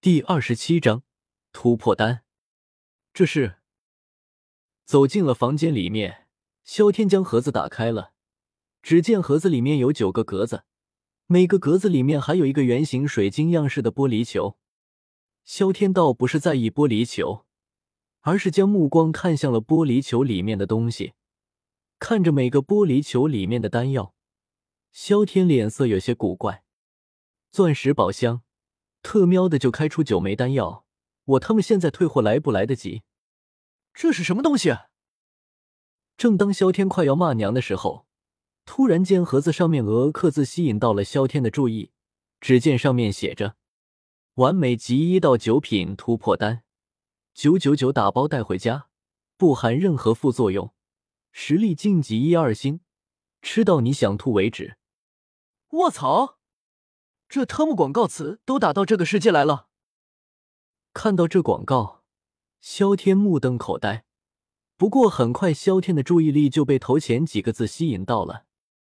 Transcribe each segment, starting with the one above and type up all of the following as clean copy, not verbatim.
第27章突破丹。这是走进了房间里面，萧天将盒子打开了，只见盒子里面有9个格子，每个格子里面还有一个圆形水晶样式的玻璃球。萧天倒不是在意玻璃球，而是将目光看向了玻璃球里面的东西。看着每个玻璃球里面的丹药，萧天脸色有些古怪。钻石宝箱特喵的就开出9枚丹药，我他妈现在退货来不来得及？ 这是什么东西？ 正当萧天快要骂娘的时候，突然间盒子上面额刻字吸引到了萧天的注意。只见上面写着完美级1到9品突破丹，999打包带回家，不含任何副作用，实力晋级1、2星，吃到你想吐为止。 卧槽！这特么广告词都打到这个世界来了。 看到这广告，萧天目瞪口呆。不过很快萧天的注意力就被头前几个字吸引到了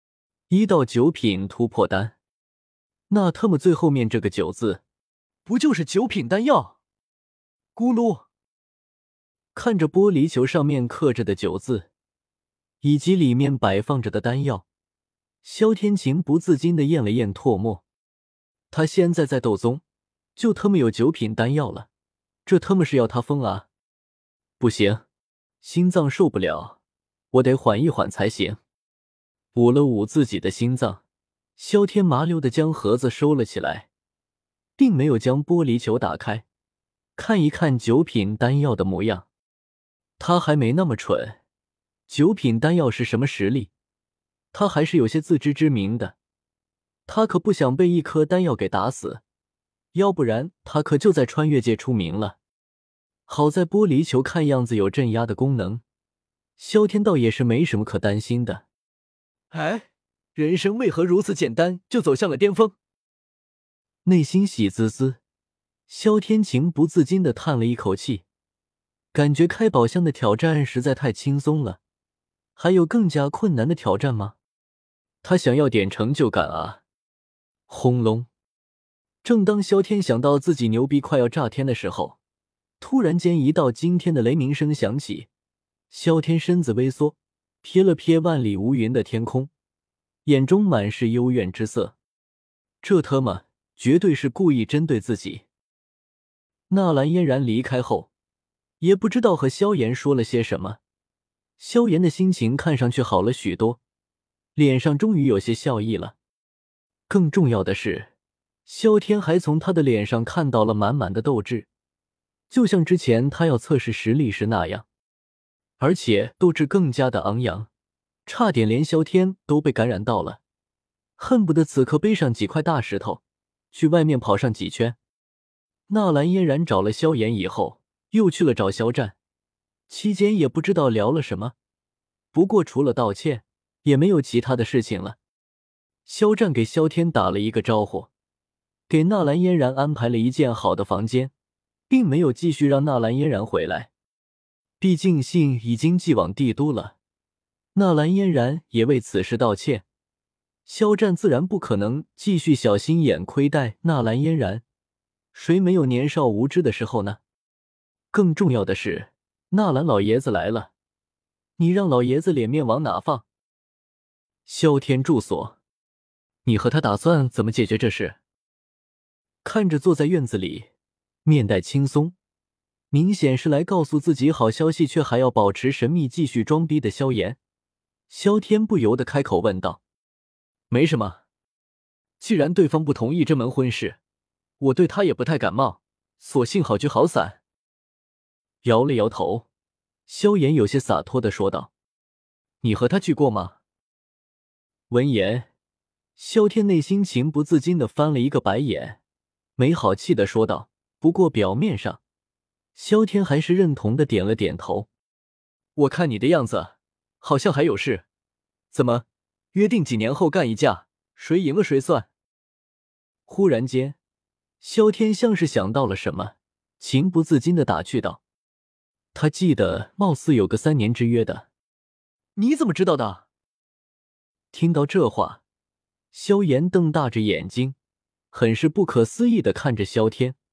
，1到9品突破丹。那特么最后面这个9字， 不就是9品丹药？咕噜。 看着玻璃球上面刻着的9字，以及里面摆放着的丹药，萧天情不自禁地咽了咽唾沫。他现在在斗宗，就他妈有9品丹药了，这他妈是要他疯啊！不行，心脏受不了，我得缓一缓才行。捂了捂自己的心脏，萧天麻溜地将盒子收了起来，并没有将玻璃球打开，看一看9品丹药的模样。他还没那么蠢，9品丹药是什么实力，他还是有些自知之明的。他可不想被一颗丹药给打死，要不然他可就在穿越界出名了。好在玻璃球看样子有镇压的功能，萧天倒也是没什么可担心的。 哎，人生为何如此简单就走向了巅峰？ 内心喜滋滋，萧天情不自禁地叹了一口气，感觉开宝箱的挑战实在太轻松了，还有更加困难的挑战吗？他想要点成就感啊！轰隆！正当萧天想到自己牛逼快要炸天的时候，突然间一道惊天的雷鸣声响起，萧天身子微缩，瞥了瞥万里无云的天空，眼中满是幽怨之色。这他妈绝对是故意针对自己。纳兰嫣然离开后，也不知道和萧炎说了些什么，萧炎的心情看上去好了许多，脸上终于有些笑意了。更重要的是，萧天还从他的脸上看到了满满的斗志，就像之前他要测试实力时那样，而且斗志更加的昂扬，差点连萧天都被感染到了，恨不得此刻背上几块大石头，去外面跑上几圈。纳兰嫣然找了萧炎以后，又去了找萧战，期间也不知道聊了什么，不过除了道歉，也没有其他的事情了。萧战给萧天打了一个招呼，给纳兰嫣然安排了一间好的房间，并没有继续让纳兰嫣然回来。毕竟信已经寄往帝都了，纳兰嫣然也为此事道歉。萧战自然不可能继续小心眼亏待纳兰嫣然，谁没有年少无知的时候呢？更重要的是，纳兰老爷子来了，你让老爷子脸面往哪放？萧天住所，你和他打算怎么解决这事？看着坐在院子里，面带轻松，明显是来告诉自己好消息却还要保持神秘继续装逼的萧炎，萧天不由得开口问道：没什么，既然对方不同意这门婚事，我对他也不太感冒，索性好聚好散。摇了摇头，萧炎有些洒脱地说道：你和他聚过吗？闻言，萧天内心情不自禁地翻了一个白眼，没好气地说道，不过表面上萧天还是认同地点了点头。我看你的样子好像还有事，怎么约定几年后干一架，谁赢了谁算？忽然间，萧天像是想到了什么，情不自禁地打趣道，他记得貌似有个3年之约的。 你怎么知道的？ 听到这话，萧炎瞪大着眼睛，很是不可思议地看着萧天，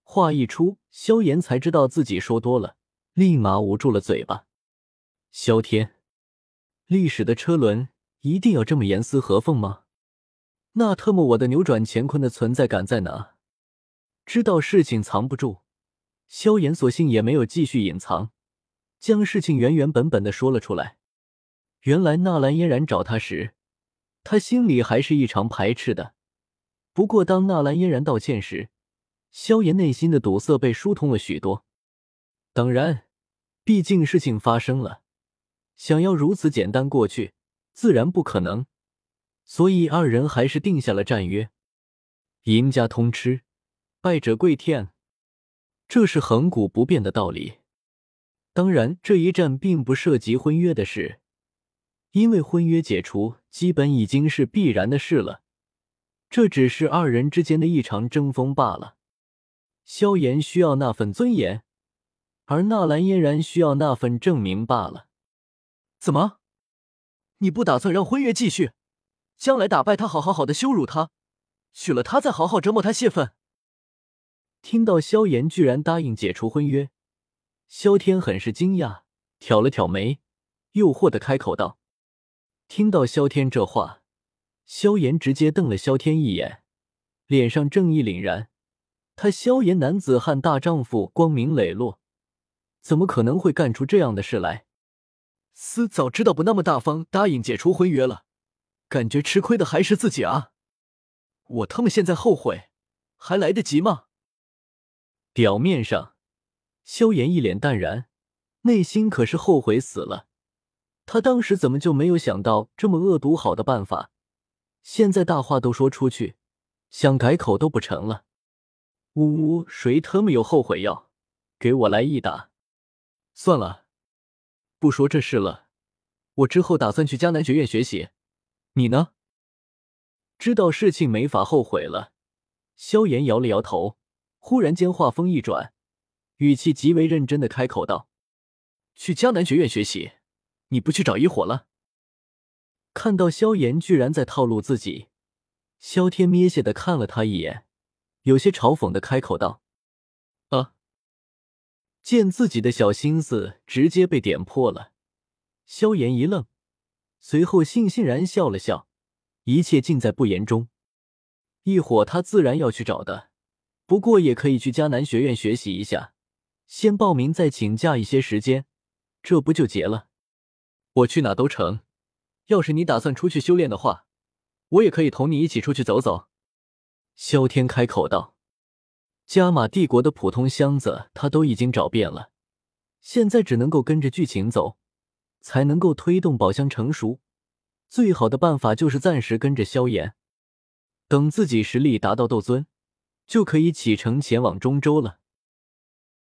话一出，萧炎才知道自己说多了，立马捂住了嘴巴。萧天，历史的车轮一定要这么严丝合缝吗？那特么我的扭转乾坤的存在感在哪？知道事情藏不住，萧炎索性也没有继续隐藏，将事情原原本本的说了出来。原来纳兰嫣然找他时，他心里还是异常排斥的。不过当纳兰嫣然道歉时，萧炎内心的堵塞被疏通了许多。当然，毕竟事情发生了，想要如此简单过去，自然不可能。所以二人还是定下了战约，赢家通吃，败者跪舔，这是恒古不变的道理。当然，这一战并不涉及婚约的事，因为婚约解除基本已经是必然的事了，这只是二人之间的一场争锋罢了。萧炎需要那份尊严，而纳兰嫣然需要那份证明罢了。 怎么？你不打算让婚约继续？将来打败他，好的羞辱他，娶了他再好好折磨他泄愤？ 听到萧炎居然答应解除婚约，萧天很是惊讶，挑了挑眉，诱惑地开口道。听到萧天这话，萧炎直接瞪了萧天一眼，脸上正义凛然。他萧炎男子汉大丈夫，光明磊落，怎么可能会干出这样的事来？ 早知道不那么大方答应解除婚约了，感觉吃亏的还是自己啊！我他妈现在后悔，还来得及吗？ 表面上，萧炎一脸淡然，内心可是后悔死了。他当时怎么就没有想到这么恶毒好的办法？现在大话都说出去，想改口都不成了。呜呜，谁他妈有后悔药？给我来一打！算了，不说这事了。我之后打算去迦南学院学习，你呢？知道事情没法后悔了，萧炎摇了摇头，忽然间话锋一转，语气极为认真的开口道： 去迦南学院学习，你不去找一伙了？ 看到萧炎居然在套路自己，萧天蔑视的看了他一眼，有些嘲讽的开口道：啊！见自己的小心思直接被点破了，萧炎一愣，随后悻然笑了笑，一切尽在不言中。一伙他自然要去找的，不过也可以去迦南学院学习一下，先报名再请假一些时间，这不就结了？我去哪都成，要是你打算出去修炼的话，我也可以同你一起出去走走。萧天开口道。加玛帝国的普通箱子他都已经找遍了，现在只能够跟着剧情走，才能够推动宝箱成熟。最好的办法就是暂时跟着萧炎，等自己实力达到斗尊，就可以启程前往中州了。